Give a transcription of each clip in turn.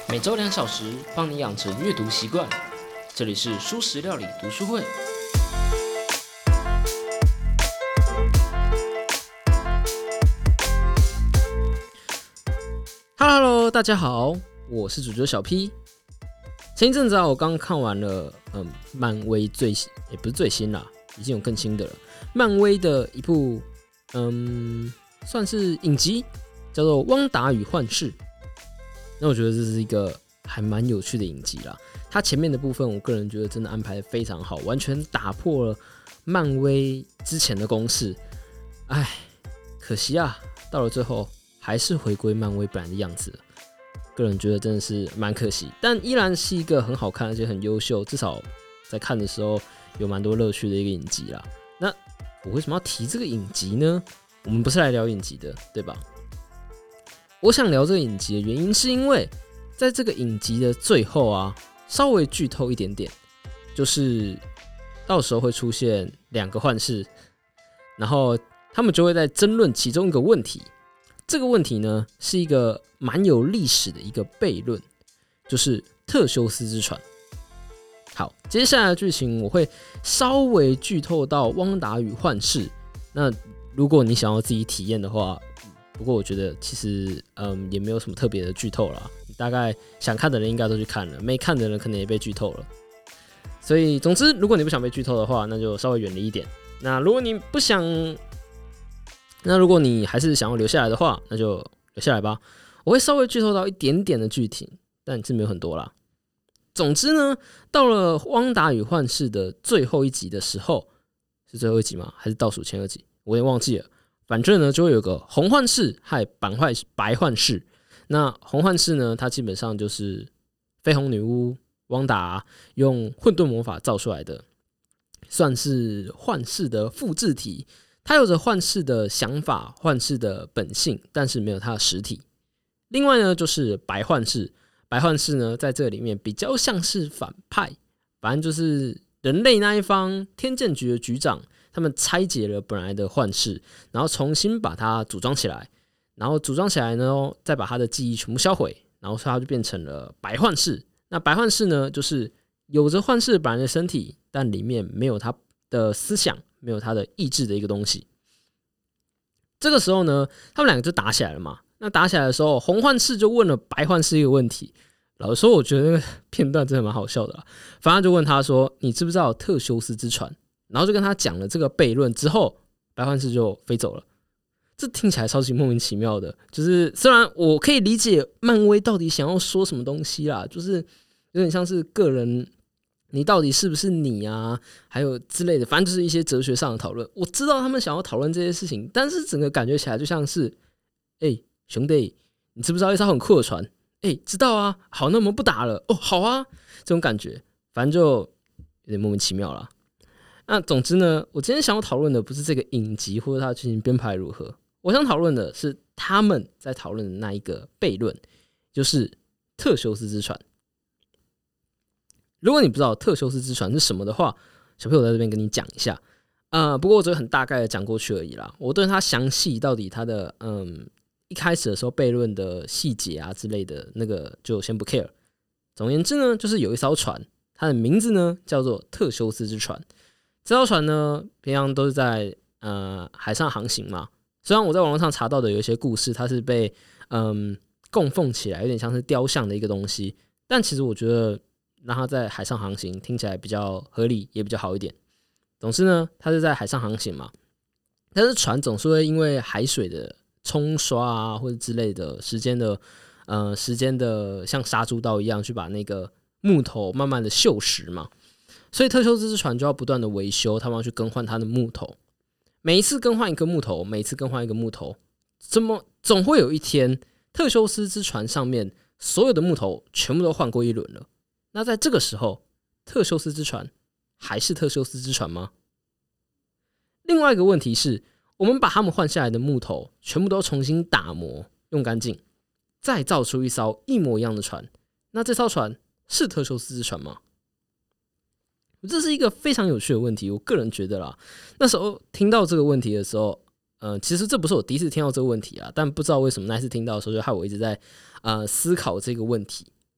每周2小时，帮你养成阅读习惯。这里是蔬食料理读书会。Hello， 大家好，我是主角小 P。前一阵子我刚看完了，漫威也不是最新啦，已经有更新的了。漫威的一部，算是影集，叫做《汪达与幻视》。那我觉得这是一个还蛮有趣的影集啦。它前面的部分，我个人觉得真的安排得非常好，完全打破了漫威之前的公式。可惜啊，到了最后还是回归漫威本来的样子了。个人觉得真的是蛮可惜，但依然是一个很好看而且很优秀，至少在看的时候有蛮多乐趣的一个影集啦。那我为什么要提这个影集呢？我们不是来聊影集的，对吧？我想聊这个影集的原因是因为在这个影集的最后啊，稍微剧透一点点，就是到时候会出现2个幻视，然后他们就会在争论其中一个问题。这个问题呢，是一个蛮有历史的一个悖论，就是特修斯之船。好，接下来的剧情我会稍微剧透到汪达与幻视。那如果你想要自己体验的话，不过我觉得其实也没有什么特别的剧透啦，大概想看的人应该都去看了，没看的人可能也被剧透了。所以总之，如果你不想被剧透的话，那就稍微远离一点。那如果你还是想要留下来的话，那就留下来吧。我会稍微剧透到一点点的剧情，但是没有很多啦。总之呢，到了《汪达与幻视》的最后一集的时候，是最后一集吗？还是倒数前2集？我也忘记了。反正呢，就会有个红幻视和白幻视。那红幻视呢，它基本上就是绯红女巫汪达用混沌魔法造出来的，算是幻视的复制体。它有着幻视的想法、幻视的本性，但是没有它的实体。另外呢，就是白幻视。白幻视呢，在这里面比较像是反派，反正就是人类那一方天剑局的局长，他们拆解了本来的幻视，然后重新把它组装起来，然后组装起来呢，再把他的记忆全部销毁，然后它就变成了白幻视。那白幻视呢，就是有着幻视本来的身体，但里面没有他的思想，没有他的意志的一个东西。这个时候呢，他们2个就打起来了嘛。那打起来的时候，红幻视就问了白幻视一个问题。老实说，我觉得那个片段真的蛮好笑的啦。反正就问他说：“你知不知道特修斯之船？”然后就跟他讲了这个悖论之后，白幻视就飞走了。这听起来超级莫名其妙的。就是虽然我可以理解漫威到底想要说什么东西啦，就是有点像是个人。你到底是不是你啊？还有之类的，反正就是一些哲学上的讨论。我知道他们想要讨论这些事情，但是整个感觉起来就像是，兄弟，你知不知道一艘很酷的船？知道啊。好，那我们不打了。哦，好啊。这种感觉，反正就有点莫名其妙啦。那总之呢，我今天想要讨论的不是这个影集或者它的剧情编排如何，我想讨论的是他们在讨论的那一个悖论，就是特修斯之船。如果你不知道特修斯之船是什么的话，小朋友在这边跟你讲一下。不过我只会很大概的讲过去而已啦。我对它详细到底它的一开始的时候悖论的细节啊之类的那个就先不 care。总而言之呢，就是有一艘船，它的名字呢叫做特修斯之船。这艘船呢，平常都是在海上航行嘛。虽然我在网络上查到的有一些故事，它是被供奉起来，有点像是雕像的一个东西，但其实我觉得让它在海上航行听起来比较合理，也比较好一点。总之呢，它是在海上航行嘛，但是船总是会因为海水的冲刷啊，或者之类的时间的像杀猪刀一样去把那个木头慢慢的锈蚀嘛，所以特修斯之船就要不断的维修，他们要去更换它的木头。每一次更换一个木头，总会有一天，特修斯之船上面所有的木头全部都换过一轮了。那在这个时候，特修斯之船还是特修斯之船吗？另外一个问题是，我们把他们换下来的木头全部都重新打磨，用干净，再造出一艘一模一样的船，那这艘船是特修斯之船吗？这是一个非常有趣的问题，我个人觉得啦。那时候听到这个问题的时候，其实这不是我第一次听到这个问题啊，但不知道为什么那次听到的时候，就害我一直在思考这个问题。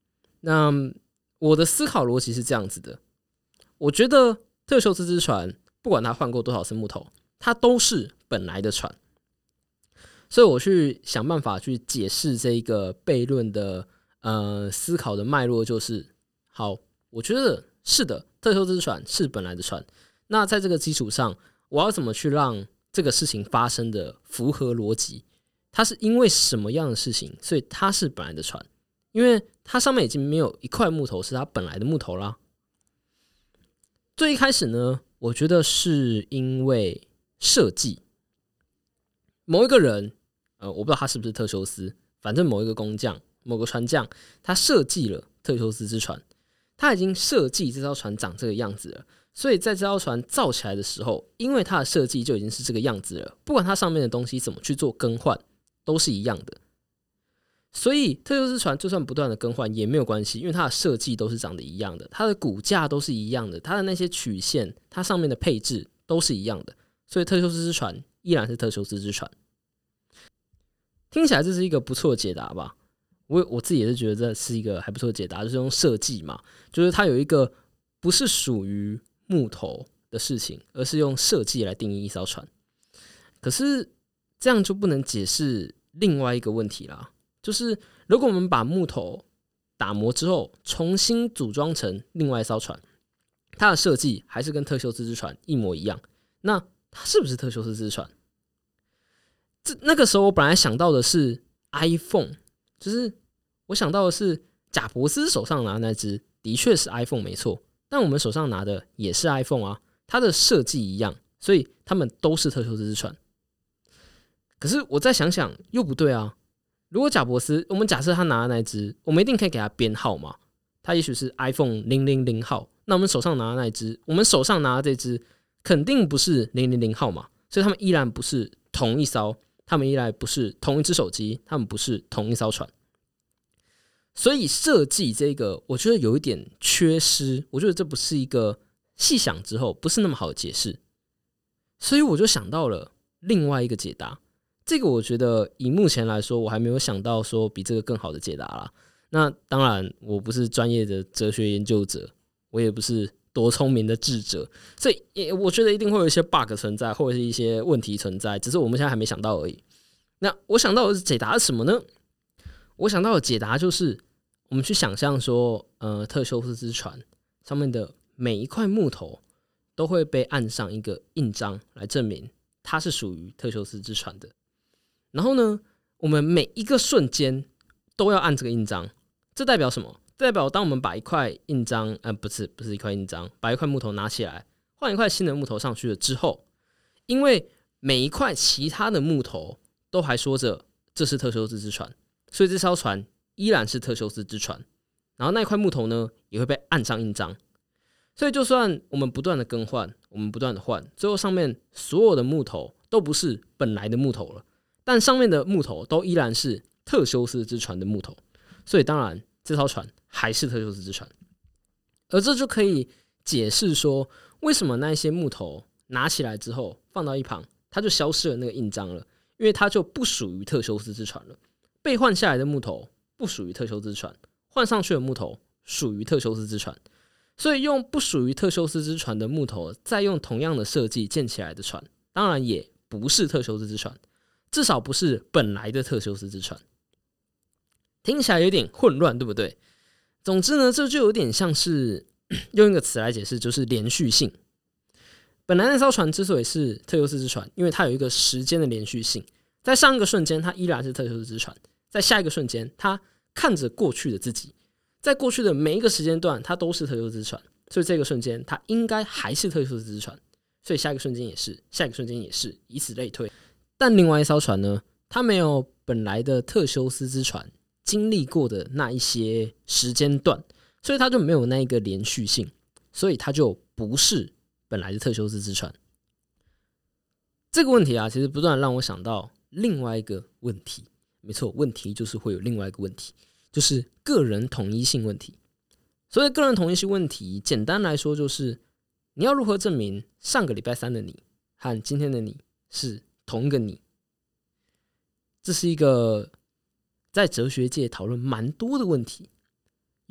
那我的思考逻辑是这样子的，我觉得特修斯之船不管它换过多少次木头，它都是本来的船。所以我去想办法去解释这个悖论的思考的脉络，就是好，我觉得是的，特修斯之船是本来的船。那在这个基础上，我要怎么去让这个事情发生的符合逻辑？它是因为什么样的事情，所以它是本来的船？因为它上面已经没有一块木头是它本来的木头啦。最一开始呢，我觉得是因为设计，某一个人，我不知道他是不是特修斯，反正某一个工匠、某个船匠，他设计了特修斯之船，他已经设计这艘船长这个样子了。所以在这艘船造起来的时候，因为它的设计就已经是这个样子了，不管它上面的东西怎么去做更换，都是一样的。所以特修斯船就算不断的更换也没有关系，因为它的设计都是长得一样的，它的骨架都是一样的，它的那些曲线，它上面的配置都是一样的，所以特修斯之船依然是特修斯之船。听起来这是一个不错的解答吧？我自己也是觉得这是一个还不错的解答，就是用设计嘛，就是它有一个不是属于木头的事情，而是用设计来定义一艘船。可是这样就不能解释另外一个问题啦，就是如果我们把木头打磨之后重新组装成另外一艘船，它的设计还是跟特修斯之船一模一样，那它是不是特修斯之船？那个时候我本来想到的是 iPhone， 就是我想到的是贾伯斯手上拿的那只的确是 iPhone 没错，但我们手上拿的也是 iPhone 啊，它的设计一样，所以他们都是特修斯之船。可是我再想想又不对啊，如果贾伯斯，我们假设他拿的那只，我们一定可以给他编号嘛，他也许是 iPhone 000号，那我们手上拿的那只，我们手上拿的这只肯定不是000号嘛，所以他们依然不是同一艘，他们依然不是同一只手机，他们不是同一艘船。所以设计这个我觉得有一点缺失，我觉得这不是一个细想之后不是那么好的解释，所以我就想到了另外一个解答。这个我觉得以目前来说我还没有想到说比这个更好的解答啦。那当然我不是专业的哲学研究者，我也不是多聪明的智者，所以我觉得一定会有一些 bug 存在，或者是一些问题存在，只是我们现在还没想到而已。那我想到的解答是什么呢？我想到的解答就是我们去想象说特修斯之船上面的每一块木头都会被按上一个印章来证明它是属于特修斯之船的。然后呢，我们每一个瞬间都要按这个印章，这代表什么？这代表当我们把一块印章，不是一块印章，把一块木头拿起来，换一块新的木头上去了之后，因为每一块其他的木头都还说着这是特修斯之船，所以这艘船依然是特修斯之船。然后那块木头呢，也会被按上印章。所以就算我们不断的更换，我们不断的换，最后上面所有的木头都不是本来的木头了，但上面的木头都依然是特修斯之船的木头，所以当然这艘船还是特修斯之船。而这就可以解释说，为什么那些木头拿起来之后放到一旁，它就消失了那个印章了，因为它就不属于特修斯之船了。被换下来的木头不属于特修斯之船，换上去的木头属于特修斯之船。所以用不属于特修斯之船的木头，再用同样的设计建起来的船，当然也不是特修斯之船，至少不是本来的特修斯之船。听起来有点混乱，对不对？总之呢，这就有点像是用一个词来解释，就是连续性。本来那艘船之所以是特修斯之船，因为它有一个时间的连续性，在上一个瞬间它依然是特修斯之船，在下一个瞬间它看着过去的自己，在过去的每一个时间段它都是特修斯之船，所以这个瞬间它应该还是特修斯之船，所以下一个瞬间也是，下一个瞬间也是，以此类推。但另外一艘船呢，它没有本来的特修斯之船经历过的那一些时间段，所以它就没有那一个连续性，所以它就不是本来的特修斯之船。这个问题啊，其实不断让我想到另外一个问题。没错，问题就是会有另外一个问题，就是个人统一性问题。所以个人统一性问题，简单来说就是你要如何证明上个礼拜三的你和今天的你是同一个你。这是一个在哲学界讨论蛮多的问题。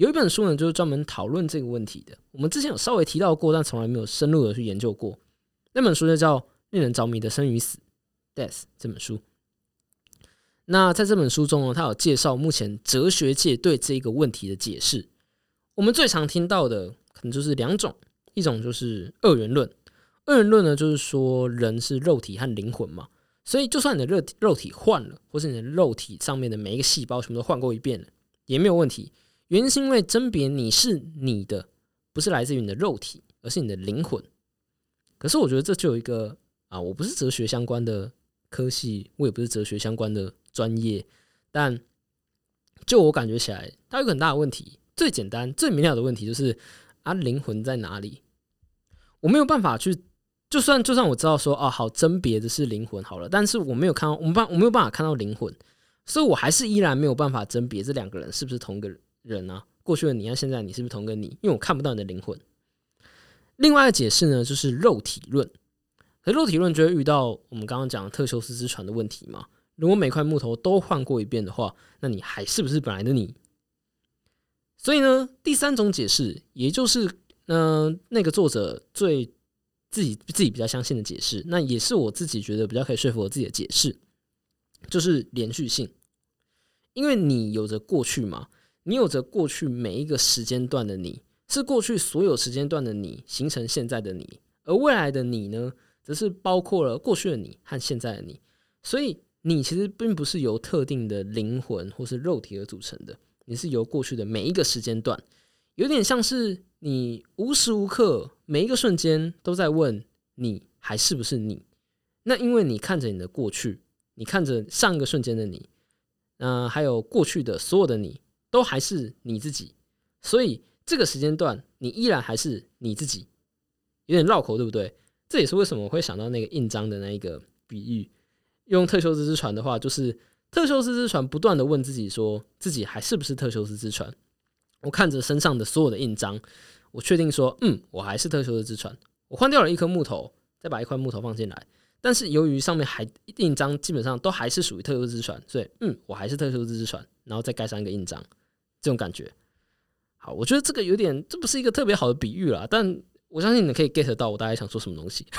有一本书呢，就是专门讨论这个问题的。我们之前有稍微提到过，但从来没有深入的去研究过。那本书就叫《令人着迷的生与死》（Death） 这本书。那在这本书中呢，他有介绍目前哲学界对这个问题的解释。我们最常听到的可能就是两种，一种就是二元论。二元论呢，就是说人是肉体和灵魂嘛，所以就算你的肉体换了，或是你的肉体上面的每一个细胞全部都换过一遍了，也没有问题。原因是因为甄别你是你的，不是来自于你的肉体，而是你的灵魂。可是我觉得这就有一个我不是哲学相关的科系，我也不是哲学相关的专业，但就我感觉起来，它有一个很大的问题。最简单、最明了的问题就是灵魂在哪里？我没有办法去，就算我知道说好甄别的是灵魂好了，但是我没有看到，我没有办法看到灵魂，所以我还是依然没有办法甄别这两个人是不是同一个人啊？过去的你和现在你是不是同一个你？因为我看不到你的灵魂。另外一个解释呢，就是肉体论。可是肉体论就会遇到我们刚刚讲的特修斯之船的问题嘛。如果每块木头都换过一遍的话，那你还是不是本来的你？所以呢，第三种解释，也就是那个作者自己比较相信的解释，那也是我自己觉得比较可以说服我自己的解释，就是连续性。因为你有着过去嘛，你有着过去每一个时间段的你，是过去所有时间段的你形成现在的你，而未来的你呢，则是包括了过去的你和现在的你。所以你其实并不是由特定的灵魂或是肉体而组成的，你是由过去的每一个时间段，有点像是你无时无刻每一个瞬间都在问你还是不是你。那因为你看着你的过去，你看着上一个瞬间的你，还有过去的所有的你都还是你自己，所以这个时间段你依然还是你自己。有点绕口对不对？这也是为什么我会想到那个印章的那一个比喻。用特修斯之船的话，就是特修斯之船不断的问自己说自己还是不是特修斯之船。我看着身上的所有的印章，我确定说我还是特修斯之船。我换掉了一颗木头，再把一块木头放进来，但是由于上面还印章基本上都还是属于特修斯之船，所以我还是特修斯之船，然后再盖上一个印章，这种感觉。好，我觉得这个这不是一个特别好的比喻啦，但我相信你可以 get 到我大概想说什么东西。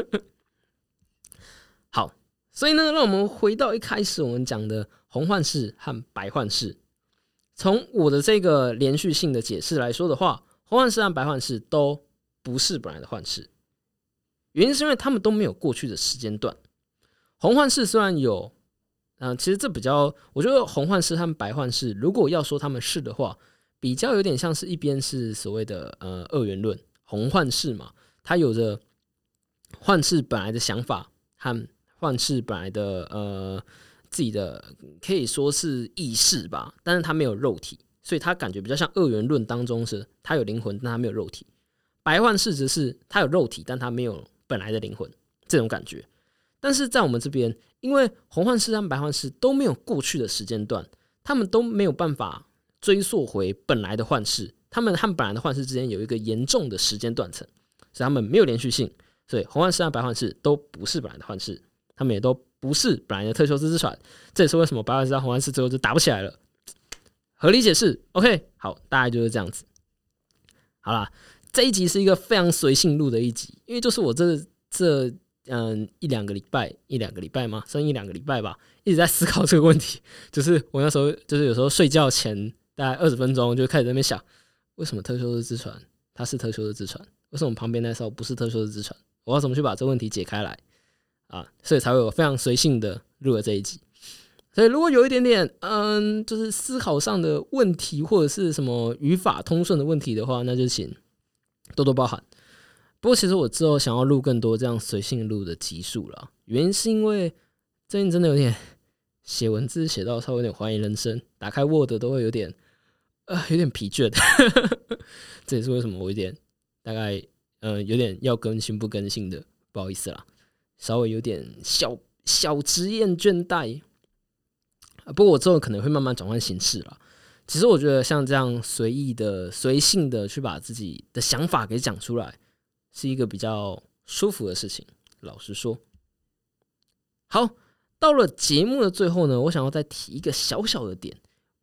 好，所以呢，让我们回到一开始我们讲的红幻视和白幻视。从我的这个连续性的解释来说的话，红幻视和白幻视都不是本来的幻视。原因是因为他们都没有过去的时间段。红幻视虽然有，其实这比较，我觉得红幻视和白幻视，如果要说他们是的话，比较有点像是一边是所谓的二元论，红幻视嘛，它有着幻视本来的想法和幻视本来的自己的可以说是意识吧，但是它没有肉体，所以它感觉比较像二元论当中是它有灵魂，但它没有肉体。白幻视则是它有肉体，但它没有本来的灵魂，这种感觉。但是在我们这边，因为红幻视和白幻视都没有过去的时间段，他们都没有办法追溯回本来的幻视，他们和本来的幻视之间有一个严重的时间断层，所以他们没有连续性。所以红幻视和白幻视都不是本来的幻视，他们也都不是本来的特修斯之船。这也是为什么白幻视和红幻视最后就打不起来了。合理解释 ，OK， 好，大概就是这样子。好啦，这一集是一个非常随性录的一集，因为就是我这一两个礼拜吗？剩一两个礼拜吧，一直在思考这个问题。就是我那时候就是有时候睡觉前大概20分钟就开始在那边想，为什么特修斯之船它是特修斯之船？为什么旁边那艘不是特修斯之船？我要怎么去把这个问题解开来啊？所以才会有非常随性的录了这一集。所以如果有一点点就是思考上的问题或者是什么语法通顺的问题的话，那就请多多包涵。不过其实我之后想要录更多这样随性录的集数啦，原因是因为最近真的有点写文字写到稍微有点怀疑人生，打开 Word 都会有点疲倦。这也是为什么我有点大概有点要更新不更新的，不好意思啦，稍微有点小职厌倦怠。不过我之后可能会慢慢转换形式啦。其实我觉得像这样随意的、随性的去把自己的想法给讲出来，是一个比较舒服的事情。老实说，好，到了节目的最后呢，我想要再提一个小小的点。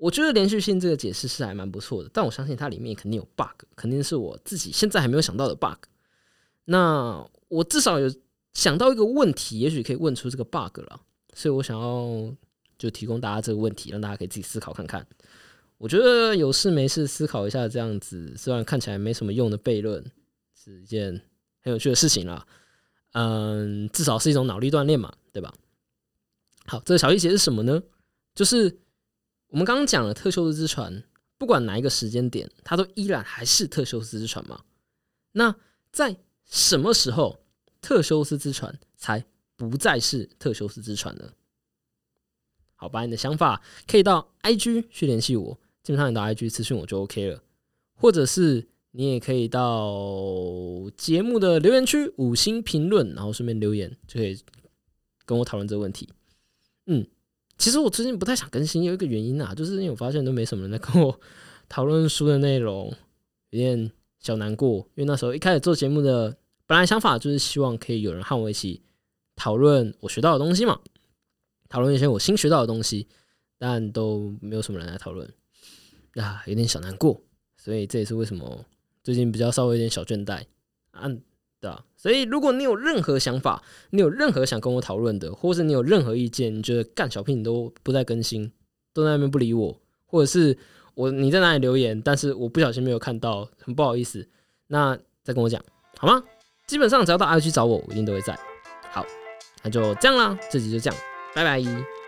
我觉得连续性这个解释是还蛮不错的，但我相信它里面肯定有 bug， 肯定是我自己现在还没有想到的 bug。那我至少有想到一个问题，也许可以问出这个 bug 了，所以我想要就提供大家这个问题，让大家可以自己思考看看。我觉得有事没事思考一下，这样子虽然看起来没什么用的悖论，是一件很有趣的事情啦。至少是一种脑力锻炼嘛，对吧？好，这个小细节是什么呢？就是我们刚刚讲了特修斯之船，不管哪一个时间点，它都依然还是特修斯之船嘛。那在什么时候特修斯之船才不再是特修斯之船呢？好，把你的想法可以到 IG 去联系我，基本上你到 IG 私讯我就 OK 了，或者是你也可以到节目的留言区5星评论，然后顺便留言，就可以跟我讨论这个问题。其实我最近不太想更新，有一个原因啊，就是因为我发现都没什么人在跟我讨论书的内容，有点小难过。因为那时候一开始做节目的本来想法就是希望可以有人和我一起讨论我学到的东西嘛，讨论一些我新学到的东西，但都没有什么人来讨论，有点小难过。所以这也是为什么最近比较稍微有点小倦怠对啊，所以如果你有任何想法，你有任何想跟我讨论的，或是你有任何意见，你觉得干小屁你都不再更新，都在那边不理我，或者是你在哪里留言，但是我不小心没有看到，很不好意思，那再跟我讲好吗？基本上只要到 IG 找我，我一定都会在。好，那就这样啦，这集就这样，拜拜。